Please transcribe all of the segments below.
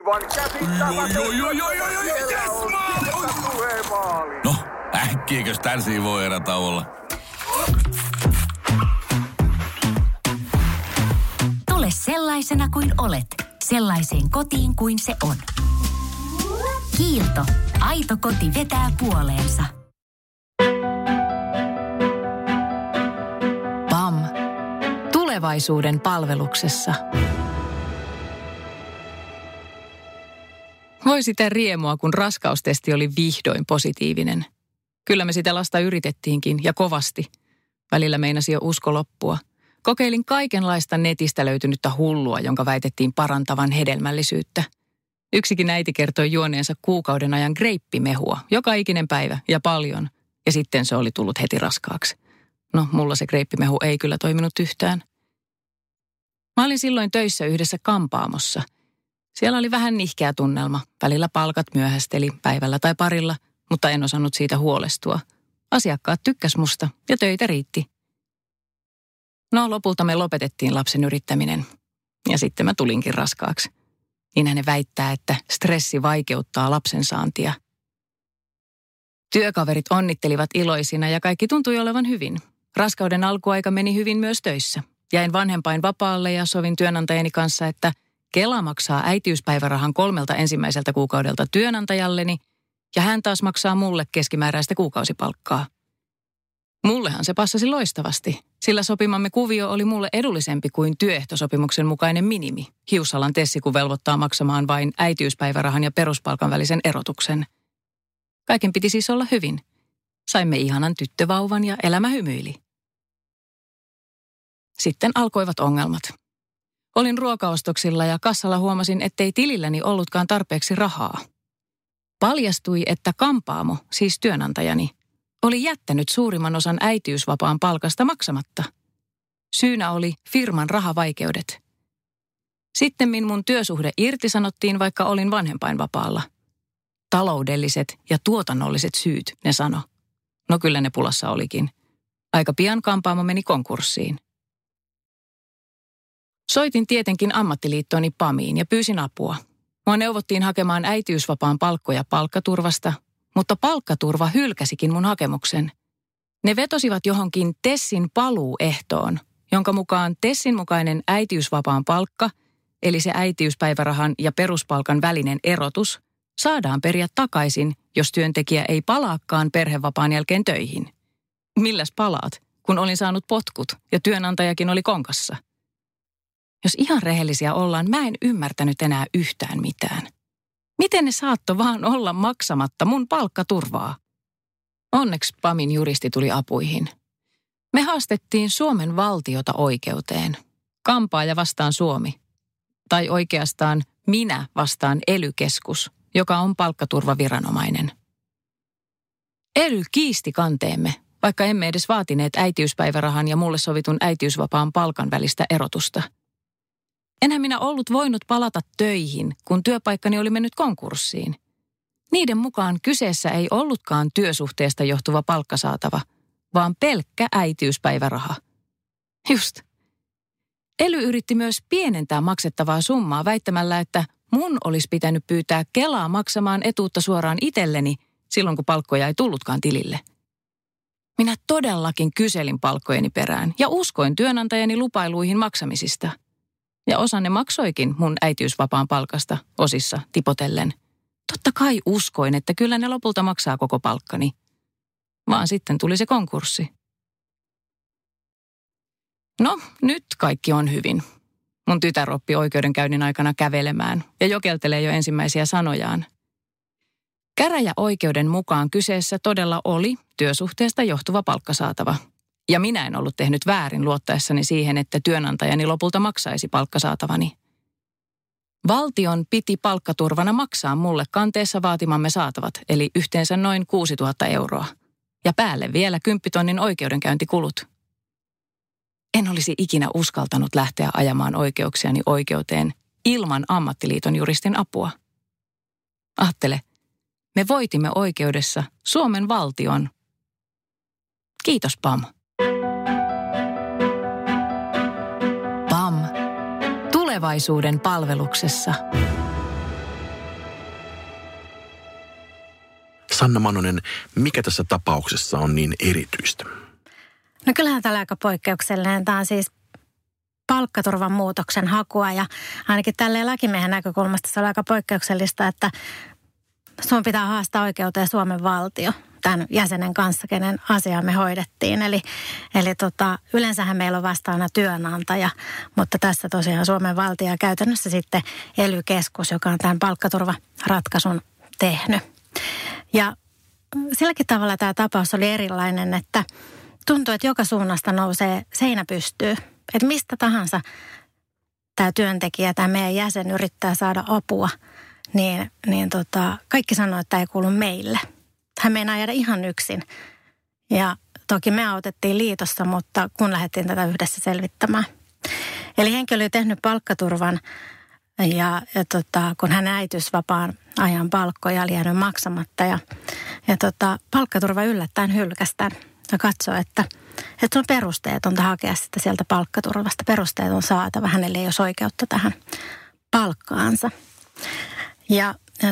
Aivan käsittämätöntä. No, äkkiäkös tän voi erätä olla? Tule sellaisena kuin olet, sellaiseen kotiin kuin se on. Kiilto. Aito koti vetää puoleensa. PAM. Tulevaisuuden palveluksessa. Voi sitä riemua, kun raskaustesti oli vihdoin positiivinen. Kyllä me sitä lasta yritettiinkin ja kovasti. Välillä meinasi jo usko loppua. Kokeilin kaikenlaista netistä löytynyttä hullua, jonka väitettiin parantavan hedelmällisyyttä. Yksikin äiti kertoi juoneensa kuukauden ajan greippimehua, joka ikinen päivä ja paljon. Ja sitten se oli tullut heti raskaaksi. No, mulla se greippimehu ei kyllä toiminut yhtään. Mä olin silloin töissä yhdessä kampaamossa. Siellä oli vähän nihkeä tunnelma. Välillä palkat myöhästeli päivällä tai parilla, mutta en osannut siitä huolestua. Asiakkaat tykkäs musta ja töitä riitti. No, lopulta me lopetettiin lapsen yrittäminen. Ja sitten mä tulinkin raskaaksi. Niinhän ne väittää, että stressi vaikeuttaa lapsen saantia. Työkaverit onnittelivat iloisina ja kaikki tuntui olevan hyvin. Raskauden alkuaika meni hyvin myös töissä. Jäin vanhempain vapaalle ja sovin työnantajani kanssa, että Kela maksaa äitiyspäivärahan 3 ensimmäiseltä kuukaudelta työnantajalleni ja hän taas maksaa mulle keskimääräistä kuukausipalkkaa. Mullehan se passasi loistavasti, sillä sopimamme kuvio oli mulle edullisempi kuin työehtosopimuksen mukainen minimi. Hiussalan Tessi, kun velvoittaa maksamaan vain äitiyspäivärahan ja peruspalkan välisen erotuksen. Kaiken piti siis olla hyvin. Saimme ihanan tyttövauvan ja elämä hymyili. Sitten alkoivat ongelmat. Olin ruokaostoksilla ja kassalla huomasin, ettei tililläni ollutkaan tarpeeksi rahaa. Paljastui, että kampaamo, siis työnantajani, oli jättänyt suurimman osan äitiysvapaan palkasta maksamatta. Syynä oli firman rahavaikeudet. Sittemmin mun työsuhde irtisanottiin, vaikka olin vanhempainvapaalla. Taloudelliset ja tuotannolliset syyt, ne sano. No kyllä ne pulassa olikin. Aika pian kampaamo meni konkurssiin. Soitin tietenkin ammattiliittooni PAMiin ja pyysin apua. Mua neuvottiin hakemaan äitiysvapaan palkkoja palkkaturvasta, mutta palkkaturva hylkäsikin mun hakemuksen. Ne vetosivat johonkin TESin paluuehtoon, jonka mukaan TESin mukainen äitiysvapaan palkka, eli se äitiyspäivärahan ja peruspalkan välinen erotus, saadaan periä takaisin, jos työntekijä ei palaakaan perhevapaan jälkeen töihin. Milläs palaat, kun olin saanut potkut ja työnantajakin oli konkassa? Jos ihan rehellisiä ollaan, mä en ymmärtänyt enää yhtään mitään. Miten ne saatto vaan olla maksamatta mun palkkaturvaa? Onneksi PAMin juristi tuli apuihin. Me haastettiin Suomen valtiota oikeuteen. Kampaaja vastaan Suomi. Tai oikeastaan minä vastaan ELY-keskus, joka on palkkaturvaviranomainen. ELY kiisti kanteemme, vaikka emme edes vaatineet äitiyspäivärahan ja mulle sovitun äitiysvapaan palkan välistä erotusta. Enhän minä ollut voinut palata töihin, kun työpaikkani oli mennyt konkurssiin. Niiden mukaan kyseessä ei ollutkaan työsuhteesta johtuva palkkasaatava, vaan pelkkä äitiyspäiväraha. Just. ELY yritti myös pienentää maksettavaa summaa väittämällä, että mun olisi pitänyt pyytää Kelaa maksamaan etuutta suoraan itselleni silloin, kun palkkoja ei tullutkaan tilille. Minä todellakin kyselin palkkojeni perään ja uskoin työnantajani lupailuihin maksamisista. Ja osa ne maksoikin mun äitiysvapaan palkasta osissa tipotellen. Totta kai uskoin, että kyllä ne lopulta maksaa koko palkkani. Vaan sitten tuli se konkurssi. No, nyt kaikki on hyvin. Mun tytär oppi oikeudenkäynnin aikana kävelemään ja jokeltelee jo ensimmäisiä sanojaan. Käräjäoikeuden mukaan kyseessä todella oli työsuhteesta johtuva palkkasaatava. Ja minä en ollut tehnyt väärin luottaessani siihen, että työnantajani lopulta maksaisi palkkasaatavani. Valtion piti palkkaturvana maksaa mulle kanteessa vaatimamme saatavat, eli yhteensä noin 6 000 euroa. Ja päälle vielä 10 000 oikeudenkäyntikulut. En olisi ikinä uskaltanut lähteä ajamaan oikeuksiani oikeuteen ilman ammattiliiton juristin apua. Ajattele, me voitimme oikeudessa Suomen valtion. Kiitos, PAM. PAM. Tulevaisuuden palveluksessa. Sanna Mannonen, mikä tässä tapauksessa on niin erityistä? No kyllähän tämä on aika poikkeuksellinen. Tämä on siis palkkaturvan muutoksen hakua ja ainakin tälleen lakimiehen näkökulmasta se on aika poikkeuksellista, että sun pitää haastaa oikeuteen Suomen valtio tämän jäsenen kanssa, kenen asiaa me hoidettiin. Eli yleensähän meillä on vastaana työnantaja, mutta tässä tosiaan Suomen valtio ja käytännössä sitten ELY-keskus, joka on tämän palkkaturvaratkaisun tehnyt. Ja silläkin tavalla tämä tapaus oli erilainen, että tuntuu, että joka suunnasta nousee seinä pystyy. Että mistä tahansa tämä työntekijä, tämä meidän jäsen yrittää saada apua, niin kaikki sanoo, että tämä ei kuulu meille. Hän meinaa jäädä ihan yksin. Ja toki me autettiin liitossa, mutta kun lähdettiin tätä yhdessä selvittämään. Eli henkilö oli tehnyt palkkaturvan ja kun hänen äitiysvapaan ajan palkkoja oli jäänyt maksamatta. Ja palkkaturva yllättäen hylkästään ja katsoi, että on perusteetonta hakea sitä sieltä palkkaturvasta. Perusteet on saatava. Hänelle ei ole oikeutta tähän palkkaansa. Ja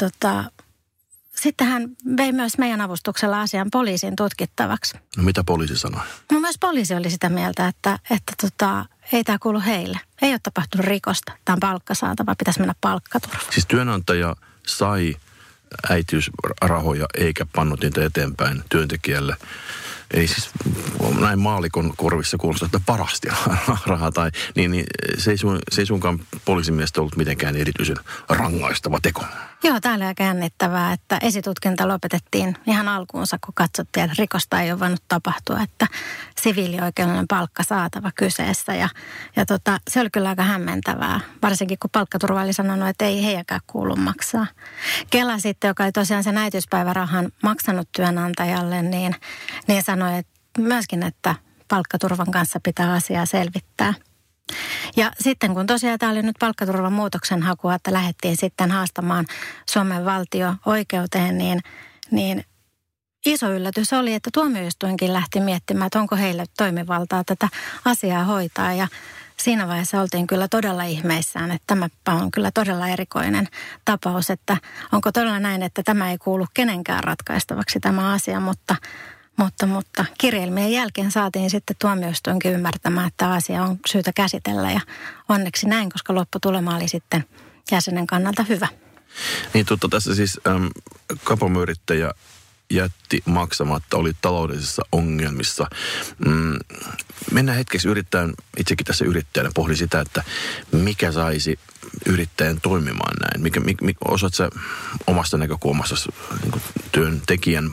sitten hän vei myös meidän avustuksella asian poliisin tutkittavaksi. No mitä poliisi sanoi? No myös poliisi oli sitä mieltä, että ei tämä kuulu heille. Ei ole tapahtunut rikosta. Tämä on palkkasaatava, pitäisi mennä palkkaturvaan. Siis työnantaja sai äitiysrahoja eikä pannut niitä eteenpäin työntekijälle. Eli siis näin maalikon korvissa kuulostaa, että parasti rahaa tai niin se ei suinkaan poliisin mielestä ollut mitenkään erityisen rangaistava teko. Joo, tämä oli aika jännittävää, että esitutkinta lopetettiin ihan alkuunsa, kun katsottiin, että rikosta ei ole voinut tapahtua, että siviilioikeudellinen palkka saatava kyseessä. Ja se oli kyllä aika hämmentävää, varsinkin kun palkkaturva oli sanonut, että ei heidänkään kuulu maksaa. Kela sitten, joka oli tosiaan sen äitiyspäivärahan maksanut työnantajalle, niin sanoi myöskin, että palkkaturvan kanssa pitää asiaa selvittää. Ja sitten kun tosiaan tämä oli nyt palkkaturvan muutoksen hakua, että lähdettiin sitten haastamaan Suomen valtio oikeuteen, niin iso yllätys oli, että tuomioistuinkin lähti miettimään, että onko heille toimivaltaa tätä asiaa hoitaa. Ja siinä vaiheessa oltiin kyllä todella ihmeissään, että tämä on kyllä todella erikoinen tapaus, että onko todella näin, että tämä ei kuulu kenenkään ratkaistavaksi tämä asia, mutta kirjelmien jälkeen saatiin sitten tuomioistuinkin ymmärtämään, että asia on syytä käsitellä ja onneksi näin, koska lopputulema oli sitten jäsenen kannalta hyvä. Niin tässä siis kapomyrittäjä jätti maksamatta, oli taloudellisissa ongelmissa. Mennään hetkeksi yrittäjän, itsekin tässä yrittäjänä pohdin sitä, että mikä saisi yrittäjän toimimaan näin. Osaat sä omasta näkökulmasta niin työntekijän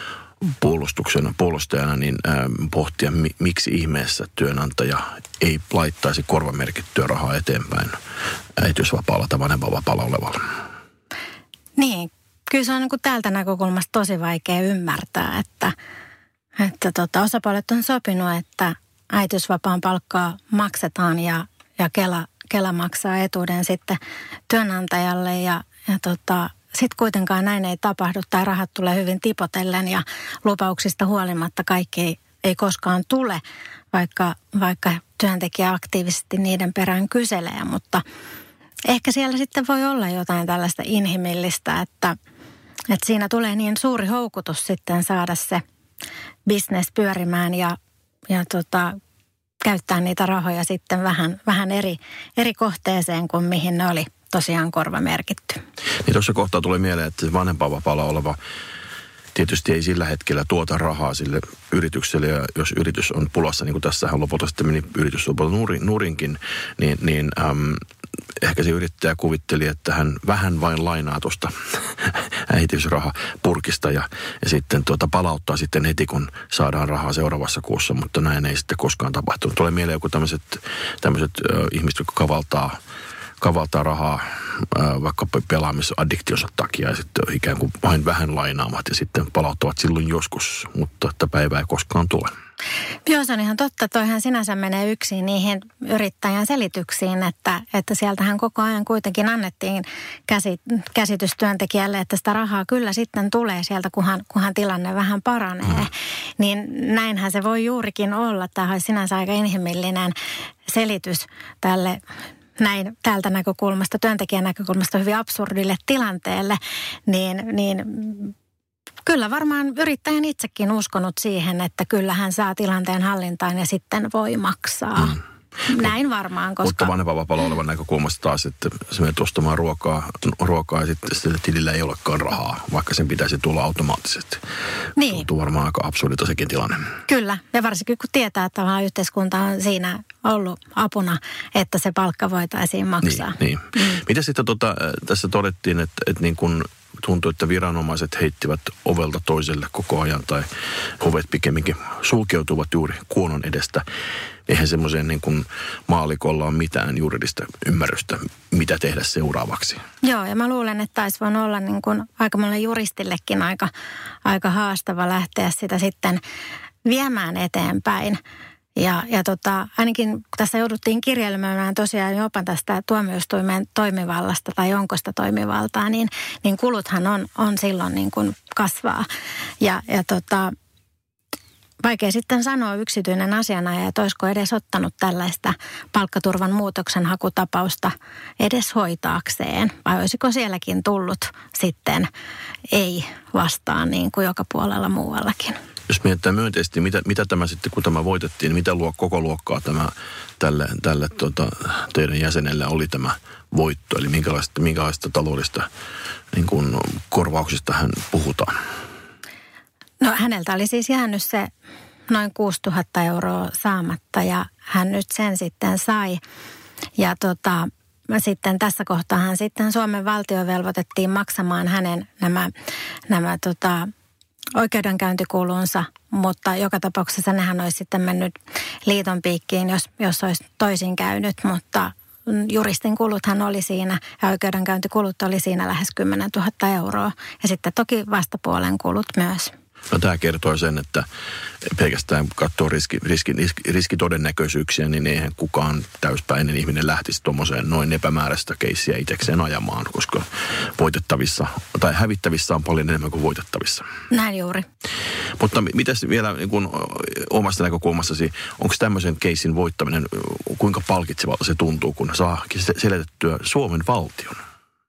puolustajana niin pohtia, miksi ihmeessä työnantaja ei laittaisi korvamerkittyä rahaa eteenpäin äitiysvapaalla tai vanhempainvapaalla olevalle. Niin, kyllä se on niin kuin täältä näkökulmasta tosi vaikea ymmärtää, että osapuolet on sopinut, että äitiysvapaan palkkaa maksetaan ja Kela maksaa etuuden sitten työnantajalle ja sitten kuitenkaan näin ei tapahdu tai rahat tulee hyvin tipotellen ja lupauksista huolimatta kaikki ei koskaan tule, vaikka työntekijä aktiivisesti niiden perään kyselee. Mutta ehkä siellä sitten voi olla jotain tällaista inhimillistä, että siinä tulee niin suuri houkutus sitten saada se business pyörimään ja käyttää niitä rahoja sitten vähän eri kohteeseen kuin mihin ne oli tosiaan korvamerkitty. Niin tuossa kohtaa tulee mieleen, että vanhempainvapaalla oleva tietysti ei sillä hetkellä tuota rahaa sille yritykselle. Ja jos yritys on pulassa, niin kuin tässähän lopulta sitten meni yritys nurinkin, niin ehkä se yrittäjä kuvitteli, että hän vähän vain lainaa tuosta äitiysrahapurkista ja sitten palauttaa sitten heti, kun saadaan rahaa seuraavassa kuussa, mutta näin ei sitten koskaan tapahtunut. Tulee mieleen joku tämmöiset ihmiset, jotka kavaltaa rahaa vaikka pelaamisaddiktionsa takia ja sitten ikään kuin vain vähän lainaamat ja sitten palauttavat silloin joskus, mutta että päivä ei koskaan tule. Joo, se on ihan totta. Toihan sinänsä menee yksin niihin yrittäjän selityksiin, että sieltähän koko ajan kuitenkin annettiin käsitys työntekijälle, että sitä rahaa kyllä sitten tulee sieltä, kunhan tilanne vähän paranee. Niin näinhän se voi juurikin olla. Tämä on sinänsä aika inhimillinen selitys tälle näin tältä näkökulmasta, työntekijän näkökulmasta hyvin absurdille tilanteelle, niin Kyllä varmaan yrittäjän itsekin uskonut siihen, että kyllä hän saa tilanteen hallintaan ja sitten voi maksaa. Näin varmaan, koska... Mutta vanhempainvapaalla olevan näkökulmasta taas, että se menet ostamaan ruokaa ja sitten sillä tilillä ei olekaan rahaa, vaikka sen pitäisi tulla automaattisesti. Niin. Tuntuu varmaan aika absurdilta sekin tilanne. Kyllä, ja varsinkin kun tietää, että yhteiskunta on siinä ollut apuna, että se palkka voitaisiin maksaa. Niin. Mitä sitten tässä todettiin, että niin kun tuntui, että viranomaiset heittivät ovelta toiselle koko ajan tai ovet pikemminkin sulkeutuvat juuri kuonon edestä. Eihän semmoiseen niin kuin maalikolla ole mitään juridista ymmärrystä, mitä tehdä seuraavaksi. Joo, ja mä luulen, että taisi voinut olla niin kuin aika monelle juristillekin aika haastava lähteä sitä sitten viemään eteenpäin. Ja ainakin tässä jouduttiin kirjelmöimään tosiaan jopa tästä tuomioistuimen toimivallasta tai onko sitä toimivaltaa, niin kuluthan on silloin niin kuin kasvaa. Ja vaikea sitten sanoa yksityinen asianajaja, että olisiko edes ottanut tällaista palkkaturvan muutoksen hakutapausta edes hoitaakseen. Vai olisiko sielläkin tullut sitten ei vastaan niin kuin joka puolella muuallakin. Jos mietitään myönteisesti, mitä tämä sitten, kun tämä voitettiin, niin mitä koko luokkaa tälle teidän jäsenelle oli tämä voitto? Eli minkälaista taloudellista niin kuin korvauksista hän puhutaan? No häneltä oli siis jäänyt se noin 6 000 € saamatta ja hän nyt sen sitten sai. Ja sitten tässä kohtaa sitten Suomen valtio velvoitettiin maksamaan hänen nämä oikeudenkäyntikulunsa, mutta joka tapauksessa nehän olisi sitten mennyt liiton piikkiin, jos olisi toisin käynyt, mutta juristin kuluthan oli siinä ja oikeudenkäyntikulut oli siinä lähes 10 000 € ja sitten toki vastapuolen kulut myös. No tämä kertoo sen, että pelkästään katsoo riskitodennäköisyyksiä, niin eihän kukaan täyspäinen ihminen lähtisi tuommoiseen noin epämääräistä keissiä itsekseen ajamaan, koska voitettavissa tai hävittävissä on paljon enemmän kuin voitettavissa. Näin juuri. Mutta mitäs vielä niin kun omasta näkökulmastasi, onko tämmöisen keissin voittaminen, kuinka palkitsevalta se tuntuu, kun saa selitettyä Suomen valtion?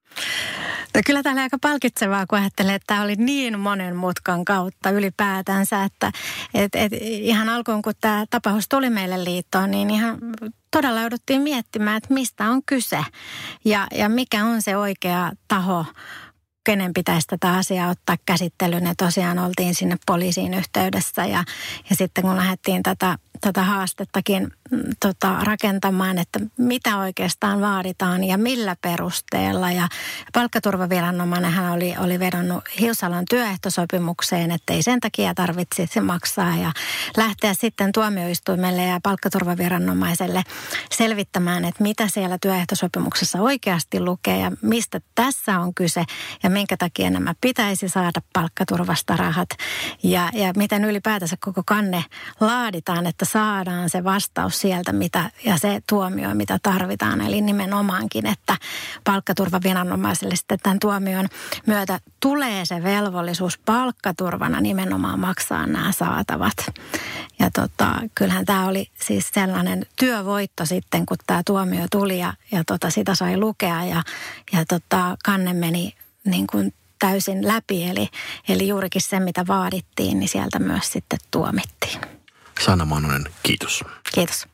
No kyllä tämä oli aika palkitsevaa, kun ajattelee, että tämä oli niin monen mutkan kautta ylipäätänsä, että ihan alkuun, kun tämä tapaus tuli meille liittoon, niin ihan todella jouduttiin miettimään, että mistä on kyse ja mikä on se oikea taho, kenen pitäisi tätä asiaa ottaa käsittelyyn. Ja tosiaan oltiin sinne poliisiin yhteydessä ja sitten kun lähdettiin tätä haastettakin rakentamaan, että mitä oikeastaan vaaditaan ja millä perusteella. Ja palkkaturvaviranomainen hän oli vedonnut Hiusalan työehtosopimukseen, että ei sen takia tarvitsisi maksaa ja lähteä sitten tuomioistuimelle ja palkkaturvaviranomaiselle selvittämään, että mitä siellä työehtosopimuksessa oikeasti lukee ja mistä tässä on kyse ja minkä takia nämä pitäisi saada palkkaturvasta rahat ja miten ylipäätänsä koko kanne laaditaan, että saadaan se vastaus sieltä ja se tuomio, mitä tarvitaan. Eli nimenomaankin, että palkkaturvaviranomaiselle sitten tämän tuomion myötä tulee se velvollisuus palkkaturvana nimenomaan maksaa nämä saatavat. Ja kyllähän tämä oli siis sellainen työvoitto sitten, kun tämä tuomio tuli ja sitä sai lukea ja kanne meni niin kuin täysin läpi. Eli juurikin se, mitä vaadittiin, niin sieltä myös sitten tuomittiin. Sanna Manonen, kiitos. Kiitos.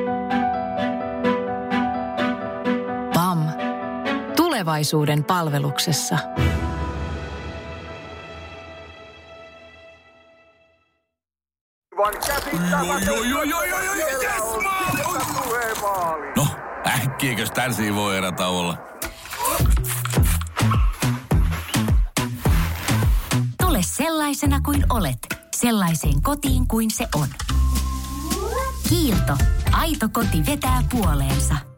PAM. Tulevaisuuden palveluksessa. No, äkkiäkös tän voi erätä olla? Tule sellaisena kuin olet, sellaiseen kotiin kuin se on. Kiilto. Aito koti vetää puoleensa.